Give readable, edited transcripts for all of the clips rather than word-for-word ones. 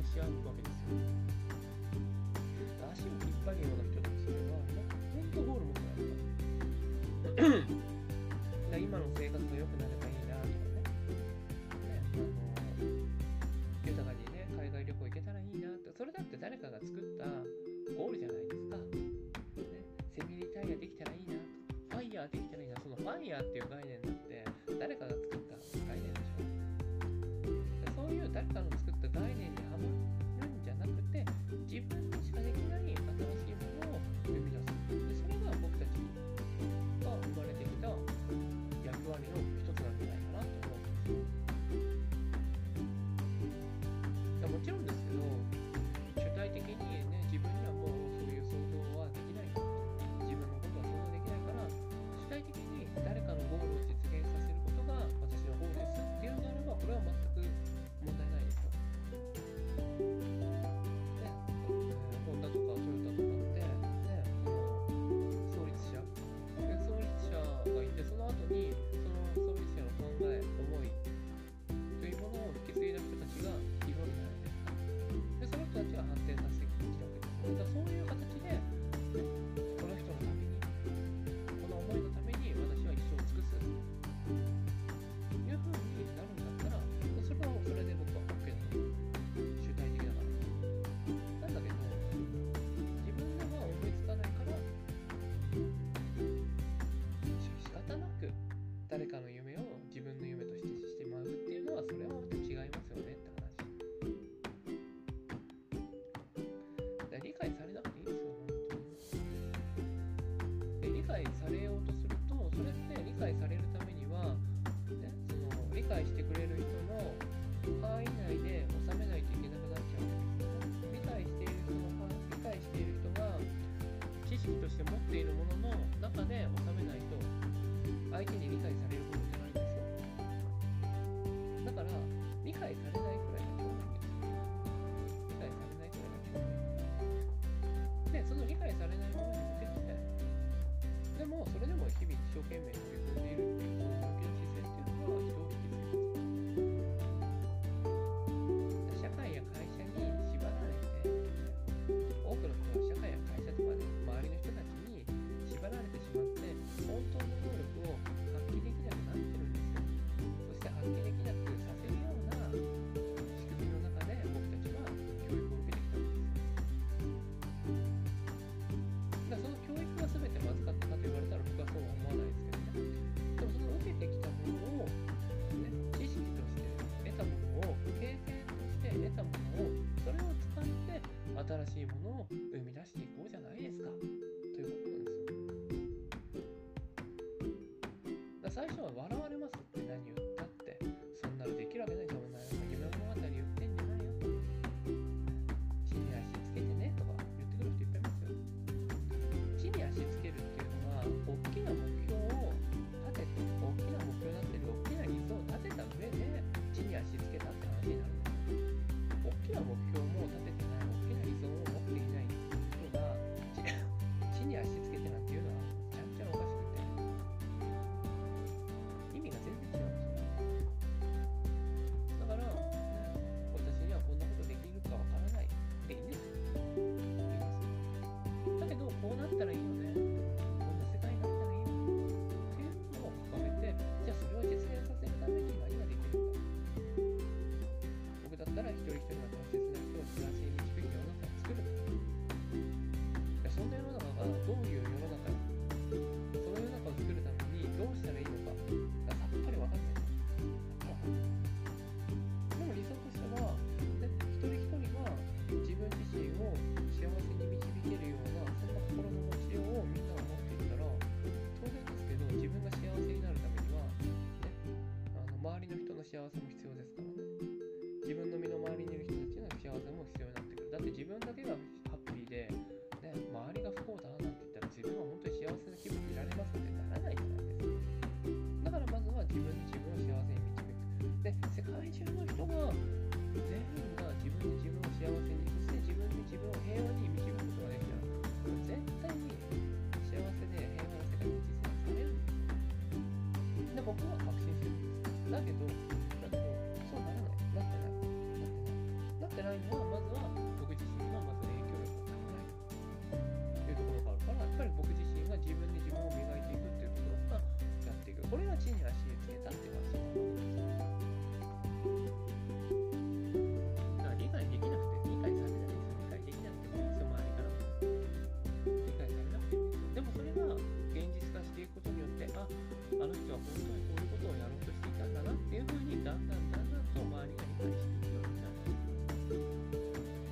し合うわけですよ。足を引っ張るような人たちは本当ゴール持ってないから今の生活が良くなればいいなとかね、豊かにね海外旅行行けたらいいなって、それだって誰かが作ったゴールじゃないですか、ね、セミリタイヤできたらいいなとか、ファイヤーできたらいいな。そのファイヤーっていう概念だって誰かが作った概念でしょ。でそういう誰かの作った概念にはまるんじゃなくて、自分にしかできない新しいものを生み出す。でそれが僕たちが生まれてきた役割の一つなんじゃないかなと思うんですよ。もちろんですけど、主体的にね、自分にはもうそういう想像はできない、自分のことは想像できないから、主体的に誰かのゴールを実現させることが私のゴールですっていうのであれば、これは全く問題ないですよ。ね、ホンダとかトヨタとかってね、創立者がいて、その後にその創立者の考え、思いというものを引き継いだ人たちがいるわけじゃないですか。でその人たちが発展させてきたわけです。だからそういう形で、ね、この人のために、この思いのために私は一生を尽くすというふうになるんだったら、それはそれで僕は OK だと思う。主体的だから。なんだけど、自分では思いつかないから仕方なく誰かの夢を自分の夢としてしまうっていうのは、それはまた違いますよねって話。理解されなくていいですよ、本当に。で理解されようとすると、それって理解されるためには、ね、その理解してくれる人の範囲内で収めないといけなくなっちゃうんですよね。理解している人が知識として持っているものの中で収めないと相手に理解されることじゃないんですよ。だから理解されないくらいがちょうどいいんですよ。理解されないくらいがちょうどいい。でその理解されないものに向けて、でもそれでも日々一生懸命取り組んでいるっていう、その向きの姿勢っていうのは人を引きつけます。社会や会社に縛られて、多くの人は社会や会社とかで周りの人たちに縛られてしまって、本当の能力を発揮できなくなってるんですよ。そして発揮できなくさせるような仕組みの中で僕たちは教育を受けてきたんです。だからその教育が全てまずかったかと言われたら僕はそうは思わないですけどね。でもその受けてきたものを、ね、知識として得たものを、経験として得たものを、それを使って新しいものを生み出していこうじゃないですかということなんですよ。だから最初は笑われますって、何言ったって、そんなのできるわけないじゃん、夢物語言ってんじゃないよと、地に足つけてねとか言ってくる人いっぱいいますよ。地に足つけるっていうのは、大きな目標を立てて、大きな目標だったり大きな理想を立てた上で地に足つけたって話になるんですよ。大きな目標も立ててない、大きな理想を持っていない人が地に足つけてなんていうのはちゃんちゃらおかしくて、意味が全然違うんですよ。だから、ね、私にはこんなことできるかわからないでいいんですよ。いいです。だけどこうなったらいいよね、こんな世界になったらいいよねっていうのを掲げて、じゃあそれを実現させるために何ができるんだ。僕だったら一人一人の大切な人を幸せに導く世の中を作る。そんな世の中がどういう世の中、その世の中を作るためにどうしたらいいのかがさっぱり分かんない。でも理想としては、ね、一人一人が自分自身を幸せに導けるような、そんな心の持ちようをみんなが持っていったら、当然ですけど自分が幸せになるためには、ね、周りの人の幸せも必要ですからね。自分の身の回りにいる人たちの幸せも必要になってくる。だって自分だけがハッピーで、ね、周りが不幸だなんて言ったら、自分は本当に幸せな気分でいられますってならないじゃないですか。だからまずは自分で自分を幸せに導く。で、世界中の人が全員が自分で自分を幸せに、そして自分で自分を平和に導くことができたら、絶対に幸せで平和な世界に実現されるんですよ。で、僕は確信してるんです。だけどそうならない。なってないのは、まず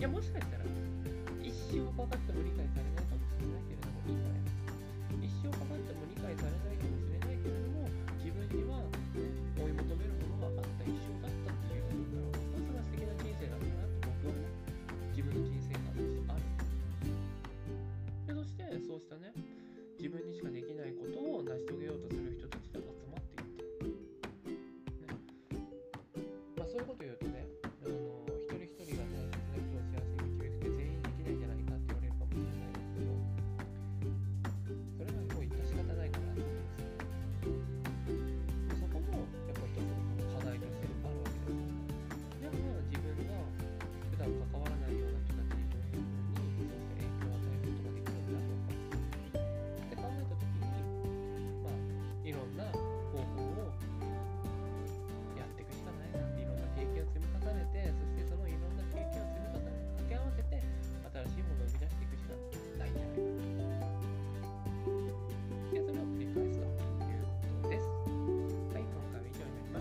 や、もしかしたら一生かかっても理解されないかもしれないけれどもいいから一生かかっても理解されないかもしれないけれども、自分には、ね、追い求めるものがあった一生だったっていうふうに言ったら、僕はそれは素敵な人生だったなって僕はね、自分の人生観としてある。で、そしてそうしたね、自分にしかできないことを成し遂げようとする人たちが集まっていって、ね、そういうことを言うとね、一人一人が大切な人を幸せに導くって全員できないんじゃないかって言われるかもしれないですけど、それはもう致し方ないかなと思うんですよ。そこもやっぱり一つの課題としてあるわけです。じゃあ自分が普段関わらないような人たちにどういうふうにそうした影響を与えることができるんだろうかって考えたときに、いろんな方法をやっていくしかないなって、いろんな経験を積み重ねて、そしてそのいろんな経験を積み重ね掛け合わせて新しいものを生み出していくしかないんじゃないかな。で、それを繰り返すということです。はい、今回は以上になります。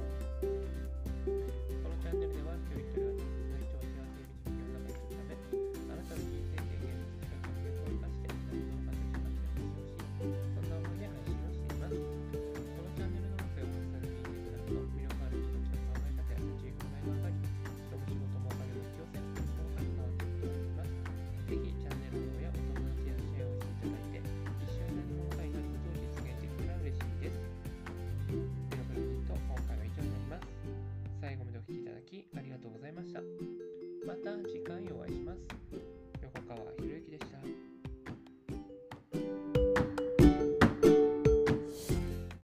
このチャンネルでは一人一人が大切な人を幸せに導きを中にするため、あなたの人生経験に培った魅力を生かして何者かとして活躍してほしい、そんな思いで配信をしています。このチャンネルの音声を拡散していただくと、魅力ある人たちの考え方や立ち居振る舞いが上がり、人も仕事もお金も引き寄せ、心が変わっていくことができます。ぜひチャンネルフォローやお友達へのシェアをしていただいて、一緒に何者かになることを実現できたら嬉しいです。ミノクルキット、今回は以上になります。最後までお聴きいただきありがとうございました。また次回お会いします。横川博之でした。